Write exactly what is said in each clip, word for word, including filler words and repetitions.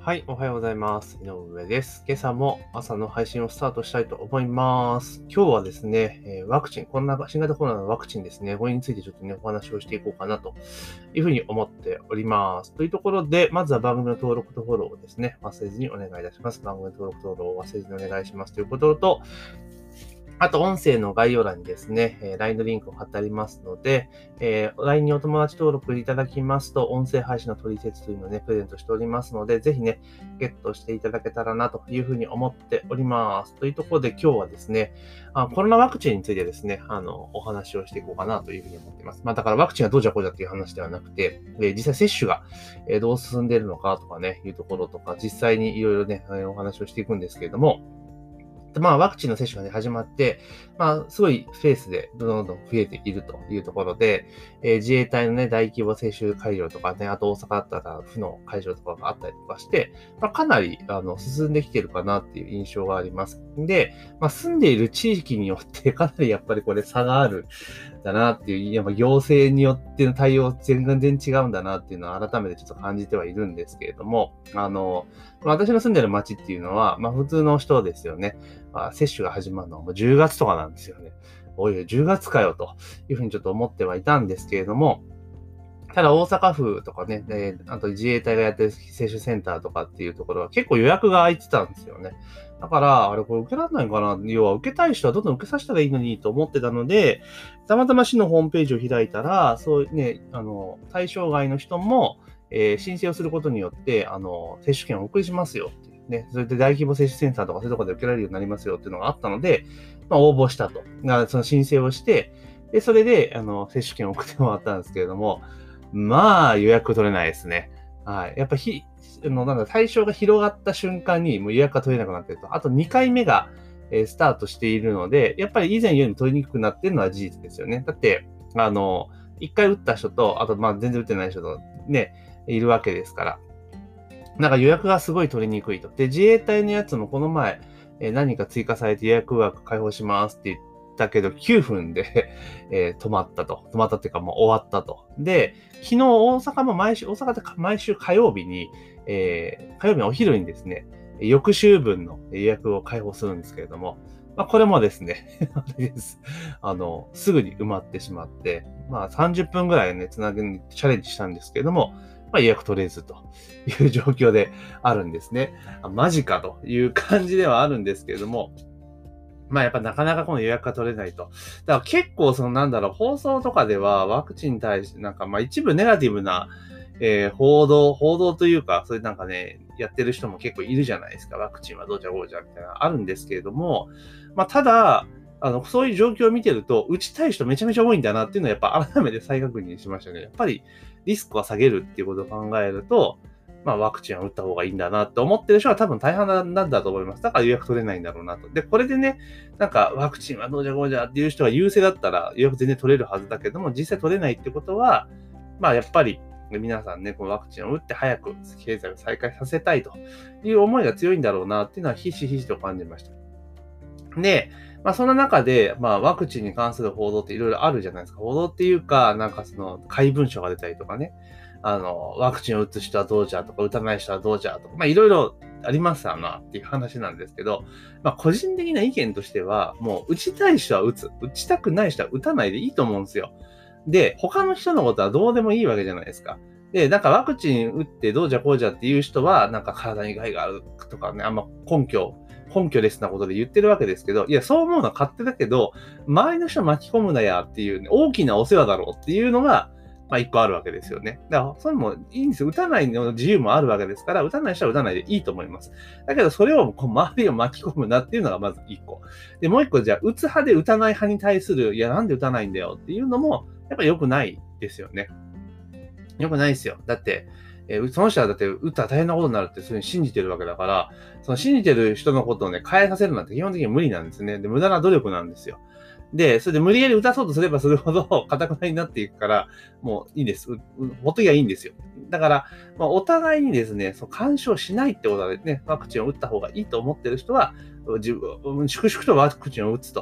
はい、おはようございます。井上です。今朝も朝の配信をスタートしたいと思います。今日はですね、えーワクチン、こんな新型コロナのワクチンですね、これについてちょっとね、お話をしていこうかなというふうに思っております。というところで、まずは番組の登録とフォローをですね、忘れずにお願いいたします。番組の登録とフォローを忘れずにお願いしますということと、あと、音声の概要欄にですね、えー ライン のリンクを貼ってありますので、えー ライン にお友達登録いただきますと、音声配信の取説というのをね、プレゼントしておりますので、ぜひね、ゲットしていただけたらなというふうに思っております。というところで今日はですね、あコロナワクチンについてですね、あの、お話をしていこうかなというふうに思っています。まあ、だからワクチンがどうじゃこうじゃっていう話ではなくて、えー実際接種がえーどう進んでいるのかとかね、いうところとか、実際にいろいろね、えーお話をしていくんですけれども、まあ、ワクチンの接種がね、始まって、まあ、すごいペースでどんどんどん増えているというところで、えー自衛隊のね、大規模接種会場とかね、あと大阪だったら府の会場とかがあったりとかして、まあ、かなり、あの、進んできてるかなっていう印象があります。で、まあ、住んでいる地域によってかなりやっぱりこれ差があるんだなっていう、やっぱ行政によっての対応全然違うんだなっていうのは改めてちょっと感じてはいるんですけれども、あの、私の住んでる町っていうのは、まあ、普通の人ですよね。まあ、接種が始まるのはもうじゅうがつとかなんですよね。おいおい、じゅうがつかよというふうにちょっと思ってはいたんですけれども、ただ大阪府とかね、であと自衛隊がやってる接種センターとかっていうところは結構予約が空いてたんですよね。だから、あれこれ受けられないかな、要は受けたい人はどんどん受けさせたらいいのにと思ってたので、たまたま市のホームページを開いたら、そういうね、あの、対象外の人も、えー申請をすることによって、あの、接種券をお送りしますよっていうね、それで大規模接種センターとかそういうところで受けられるようになりますよっていうのがあったので、まあ、応募したと。がその申請をして、で、それで、あの、接種券を送ってもらったんですけれども、まあ、予約取れないですね。はい。やっぱひ、あの、なんだ、対象が広がった瞬間にもう予約が取れなくなってると。あとにかいめが、えースタートしているので、やっぱり以前よりも取りにくくなっているのは事実ですよね。だって、あの、いっかい打った人と、あと、まあ、全然打ってない人と、ね、いるわけですから。なんか予約がすごい取りにくいと。で、自衛隊のやつもこの前、えー何か追加されて予約枠開放しますって言ったけど、きゅうふんで、えー止まったと。止まったっていうかもう終わったと。で、昨日大阪も毎週、大阪って毎週火曜日に、えー火曜日のお昼にですね、翌週分の予約を開放するんですけれども、まあ、これもですね、あれです。あの、すぐに埋まってしまって、まあさんじゅっぷんぐらいね、つなぐにチャレンジしたんですけれども、まあ、予約取れずという状況であるんですね。あ、マジかという感じではあるんですけれども、まあやっぱなかなかこの予約が取れないと。だから結構そのなんだろう、放送とかではワクチンに対してなんかまあ一部ネガティブな、えー報道、報道というか、そういうなんかね、やってる人も結構いるじゃないですか。ワクチンはどうじゃこうじゃみたいなあるんですけれども、まあただ、あの、そういう状況を見てると、打ちたい人めちゃめちゃ多いんだなっていうのはやっぱ改めて再確認しましたね。やっぱりリスクは下げるっていうことを考えると、まあワクチンは打った方がいいんだなって思ってる人は多分大半なんだと思います。だから予約取れないんだろうなと。で、これでね、なんかワクチンはどうじゃこうじゃっていう人が優勢だったら予約全然取れるはずだけども、実際取れないってことは、まあやっぱり皆さんね、このワクチンを打って早く経済を再開させたいという思いが強いんだろうなっていうのはひしひしと感じました。で、まあそんな中で、まあワクチンに関する報道っていろいろあるじゃないですか。報道っていうか、なんかその怪文書が出たりとかね。あの、ワクチンを打つ人はどうじゃとか、打たない人はどうじゃとか、まあいろいろありますわなっていう話なんですけど、まあ個人的な意見としては、もう打ちたい人は打つ。打ちたくない人は打たないでいいと思うんですよ。で、他の人のことはどうでもいいわけじゃないですか。で、なんかワクチン打ってどうじゃこうじゃっていう人は、なんか体に害があるとかね、あんま根拠、根拠レスなことで言ってるわけですけど、いや、そう思うのは勝手だけど、周りの人巻き込むなやっていう、ね、大きなお世話だろうっていうのが、まあ一個あるわけですよね。だから、それもいいんですよ。打たないの自由もあるわけですから、打たない人は打たないでいいと思います。だけど、それをこう周りを巻き込むなっていうのがまず一個。で、もう一個、じゃあ、打つ派で打たない派に対する、いや、なんで打たないんだよっていうのも、やっぱ良くないですよね。良くないですよ。だって、えーその人はだって打ったら大変なことになるってそういうふうに信じてるわけだから、その信じてる人のことをね、変えさせるなんて基本的には無理なんですね。で、無駄な努力なんですよ。で、それで無理やり打たそうとすればするほど、堅くなになっていくから、もういいんです。ううほっときゃいいんですよ。だから、まあ、お互いにですね、そう干渉しないってことでね、ワクチンを打った方がいいと思ってる人は、自分、粛々とワクチンを打つと。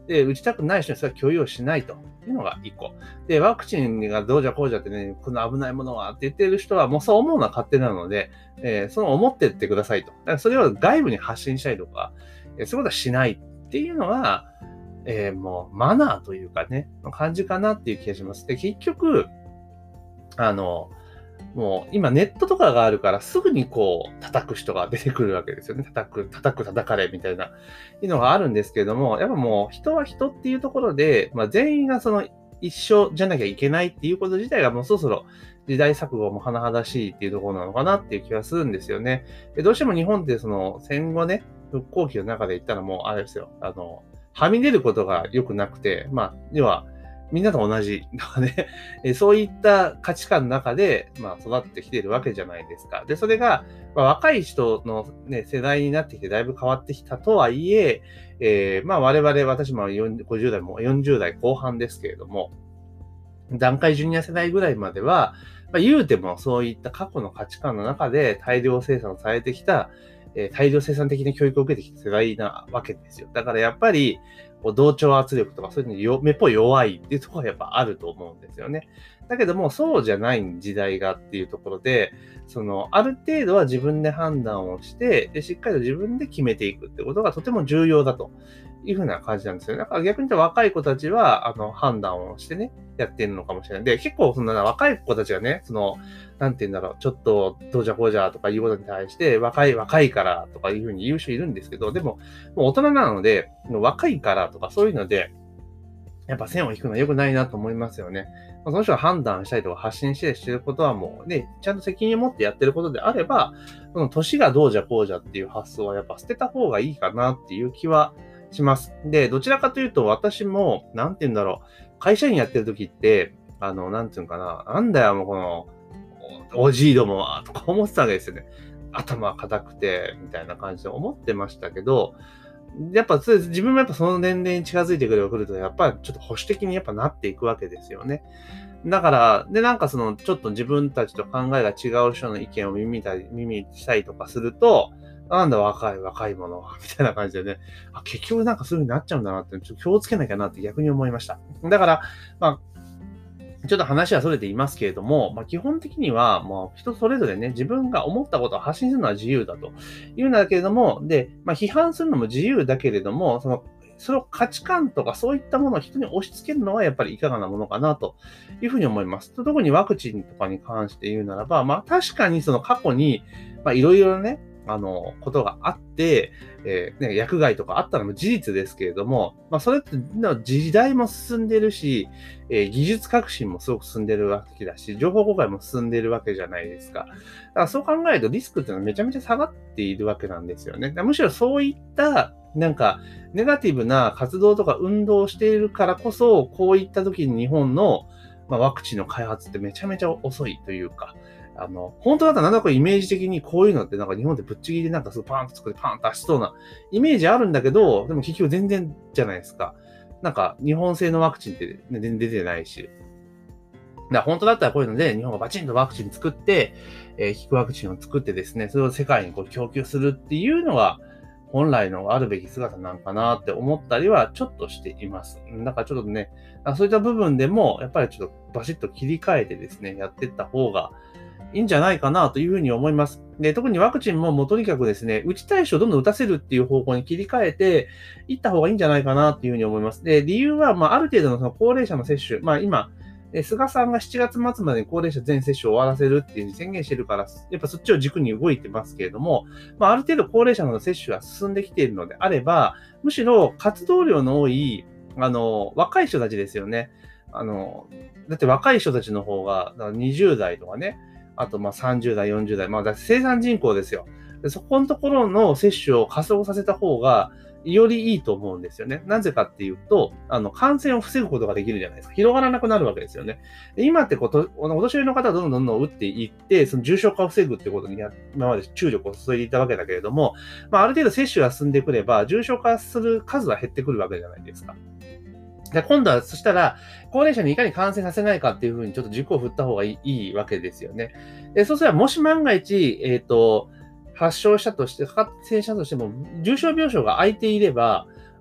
で、打ちたくない人にそれは許容をしないというのが一個。で、ワクチンがどうじゃこうじゃってね、この危ないものはって言ってる人はもうそう思うのは勝手なので、えー、その思ってってくださいと。だからそれを外部に発信したりとか、えー、そういうことはしないっていうのが、えー、もうマナーというかね、感じかなっていう気がします。で、結局、あの、もう今ネットとかがあるからすぐにこう叩く人が出てくるわけですよね。叩く、叩く、叩かれみたいな、いうのがあるんですけれども、やっぱもう人は人っていうところで、まあ全員がその一緒じゃなきゃいけないっていうこと自体がもうそろそろ時代錯誤も甚だしいっていうところなのかなっていう気がするんですよね。でどうしても日本ってその戦後ね、復興期の中で言ったらもうあれですよ、あの、はみ出ることが良くなくて、まあ、要は、みんなと同じとかね、そういった価値観の中で、まあ、育ってきているわけじゃないですか。で、それが、まあ、若い人の、ね、世代になってきてだいぶ変わってきたとはいえ、えー、まあ我々、私もごじゅう代もよんじゅう代後半ですけれども、団塊ジュニア世代ぐらいまでは、まあ、言うてもそういった過去の価値観の中で大量生産されてきた、えー、大量生産的な教育を受けてきた世代なわけですよ。だからやっぱり、同調圧力とかそういうのにめっぽい弱いっていうところがやっぱあると思うんですよね。だけども、そうじゃない時代がっていうところで、その、ある程度は自分で判断をして、で、しっかりと自分で決めていくってことがとても重要だというふうな感じなんですよね。だから逆に言うと若い子たちは、あの、判断をしてね、やってるのかもしれない。で、結構そんな若い子たちがね、その、なんて言うんだろう、ちょっとどうじゃこうじゃとかいうことに対して、若い、若いからとかいうふうに言う人いるんですけど、でも、もう大人なので、若いからとかそういうので、やっぱ線を引くのは良くないなと思いますよね。その人が判断したりとか発信したりしてることはもうね、ちゃんと責任を持ってやってることであれば、その年がどうじゃこうじゃっていう発想はやっぱ捨てた方がいいかなっていう気はします。で、どちらかというと私も、なんて言うんだろう、会社員やってる時って、あの、なんて言うのかな、なんだよ、もうこの、おじいどもは、とか思ってたわけですよね。頭固くて、みたいな感じで思ってましたけど、やっぱ自分もやっぱその年齢に近づいてくれば来ると、やっぱりちょっと保守的にやっぱなっていくわけですよね。だから、で、なんかその、ちょっと自分たちと考えが違う人の意見を耳たり、耳にしたりとかすると、なんだ若い、若い者は、みたいな感じでね、あ、結局なんかそういう風になっちゃうんだなって、ちょっと気をつけなきゃなって逆に思いました。だから、まあ、ちょっと話は逸れていますけれども、まあ、基本的には、もう人それぞれね、自分が思ったことを発信するのは自由だというんだけれども、で、まあ、批判するのも自由だけれども、その、その価値観とかそういったものを人に押し付けるのはやっぱりいかがなものかなというふうに思います。特にワクチンとかに関して言うならば、まあ確かにその過去に、まあいろいろね、あの、ことがあって、えーね、薬害とかあったのも事実ですけれども、まあそれって時代も進んでるし、えー、技術革新もすごく進んでるわけだし、情報公開も進んでるわけじゃないですか。だからそう考えるとリスクっていうのはめちゃめちゃ下がっているわけなんですよね。むしろそういった、なんか、ネガティブな活動とか運動をしているからこそ、こういった時に日本の、まあ、ワクチンの開発ってめちゃめちゃ遅いというか、あの、本当だったらなんだかイメージ的にこういうのってなんか日本でぶっちぎりでなんかすぐパーンと作ってパーンと出しそうなイメージあるんだけど、でも結局全然じゃないですか。なんか日本製のワクチンって、ね、全然出てないし。だから本当だったらこういうので日本がバチンとワクチン作って、えー、効くワクチンを作ってですね、それを世界にこう供給するっていうのが、本来のあるべき姿なんかなって思ったりはちょっとしています。だからちょっとね、そういった部分でもやっぱりちょっとバシッと切り替えてですね、やっていった方がいいんじゃないかなというふうに思います。で、特にワクチンももうとにかくですね、打ちたい人をどんどん打たせるっていう方向に切り替えていった方がいいんじゃないかなっていうふうに思います。で、理由は、まあ、ある程度のその高齢者の接種、まあ今、菅さんがしちがつ末までに高齢者全接種を終わらせるっていうふうに宣言してるから、やっぱそっちを軸に動いてますけれども、まあ、ある程度高齢者の接種が進んできているのであれば、むしろ活動量の多い、あの、若い人たちですよね。あの、だって若い人たちの方が、にじゅう代とかね、あとまあさんじゅう代、よんじゅう代、まあだ生産人口ですよ。でそこのところの接種を加速させた方が、よりいいと思うんですよね。なぜかっていうと、あの、感染を防ぐことができるじゃないですか。広がらなくなるわけですよね。で今ってこと、お年寄りの方はどんどんどんどん打っていって、その重症化を防ぐってことに今まで注力を注いでいたわけだけれども、まあ、ある程度接種が進んでくれば、重症化する数は減ってくるわけじゃないですか。で今度は、そしたら、高齢者にいかに感染させないかっていうふうにちょっと軸を振った方がいい、いいわけですよね。でそうすれば、もし万が一、えっと、発症したとして、感染したとしても、重症病床が空いていれば、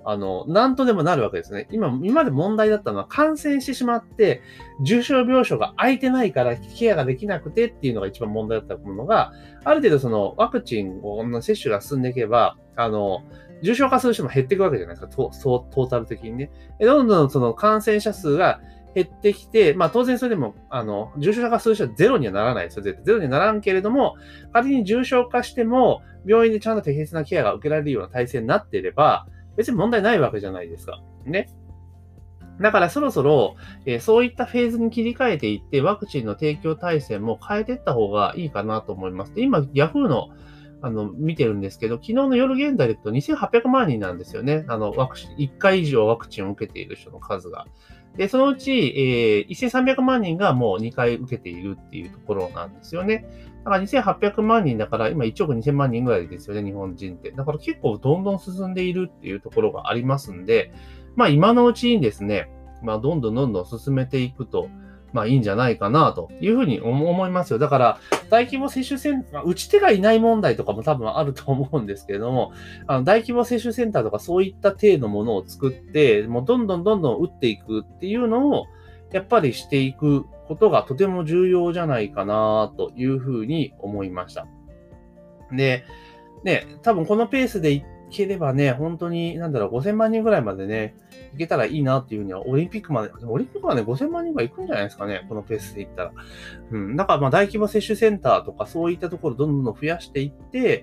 あの、なんとでもなるわけですね。今、今まで問題だったのは感染してしまって、重症病床が空いてないからケアができなくてっていうのが一番問題だったものが、ある程度そのワクチンの接種が進んでいけば、あの、重症化する人も減っていくわけじゃないですか、トトータル的にね。どんどんその感染者数が減ってきて、まあ当然それでも、あの、重症化する人はゼロにはならないですよ。絶対ゼロにはならんけれども、仮に重症化しても、病院でちゃんと適切なケアが受けられるような体制になっていれば、別に問題ないわけじゃないですか。ね。だからそろそろ、えーそういったフェーズに切り替えていって、ワクチンの提供体制も変えていった方がいいかなと思います。で、今、ヤフーの、あの、見てるんですけど、昨日の夜現在で言うとにせんはっぴゃくまんにんなんですよね。あの、ワクチン、いっかい以上ワクチンを受けている人の数が。で、そのうち、えー、せんさんびゃくまんにんがもうにかい受けているっていうところなんですよね。だからにせんはっぴゃくまんにんだから、今いちおくにせんまんにんぐらいですよね、日本人って。だから結構どんどん進んでいるっていうところがありますんで、まあ今のうちにですね、まあどんどんどんどん進めていくと、まあいいんじゃないかなというふうに思いますよ。だから、大規模接種センター、打ち手がいない問題とかも多分あると思うんですけれども、あの大規模接種センターとかそういった体のものを作って、もうどんどんどんどん打っていくっていうのを、やっぱりしていくことがとても重要じゃないかなというふうに思いました。で、ね、多分このペースでいければね、本当に、なんだろう、ごせんまんにんぐらいまでね、いけたらいいなっていうふうには、オリンピックまで、オリンピックまでごせんまんにんぐらい行くんじゃないですかね、このペースでいったら。うん。だからまあ大規模接種センターとかそういったところをどんどん増やしていって、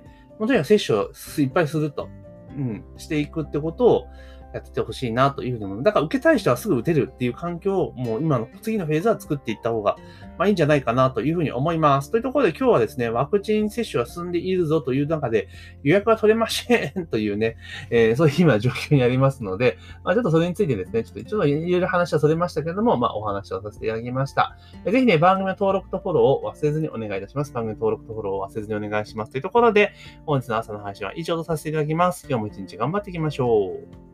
もとにかく接種をいっぱいすると、うん、していくってことをやっててほしいなというふうに思う。だから受けたい人はすぐ打てるっていう環境をもう今の次のフェーズは作っていった方がまあいいんじゃないかなというふうに思います。というところで今日はですね、ワクチン接種は進んでいるぞという中で予約が取れませんというね、えー、そういう今状況にありますので、まあちょっとそれについてですね、ちょっとちょっといろいろ話はそれましたけれども、まあお話をさせていただきました。ぜひね、番組の登録とフォローを忘れずにお願いいたします。番組登録とフォローを忘れずにお願いします。というところで、本日の朝の配信は以上とさせていただきます。今日も一日頑張っていきましょう。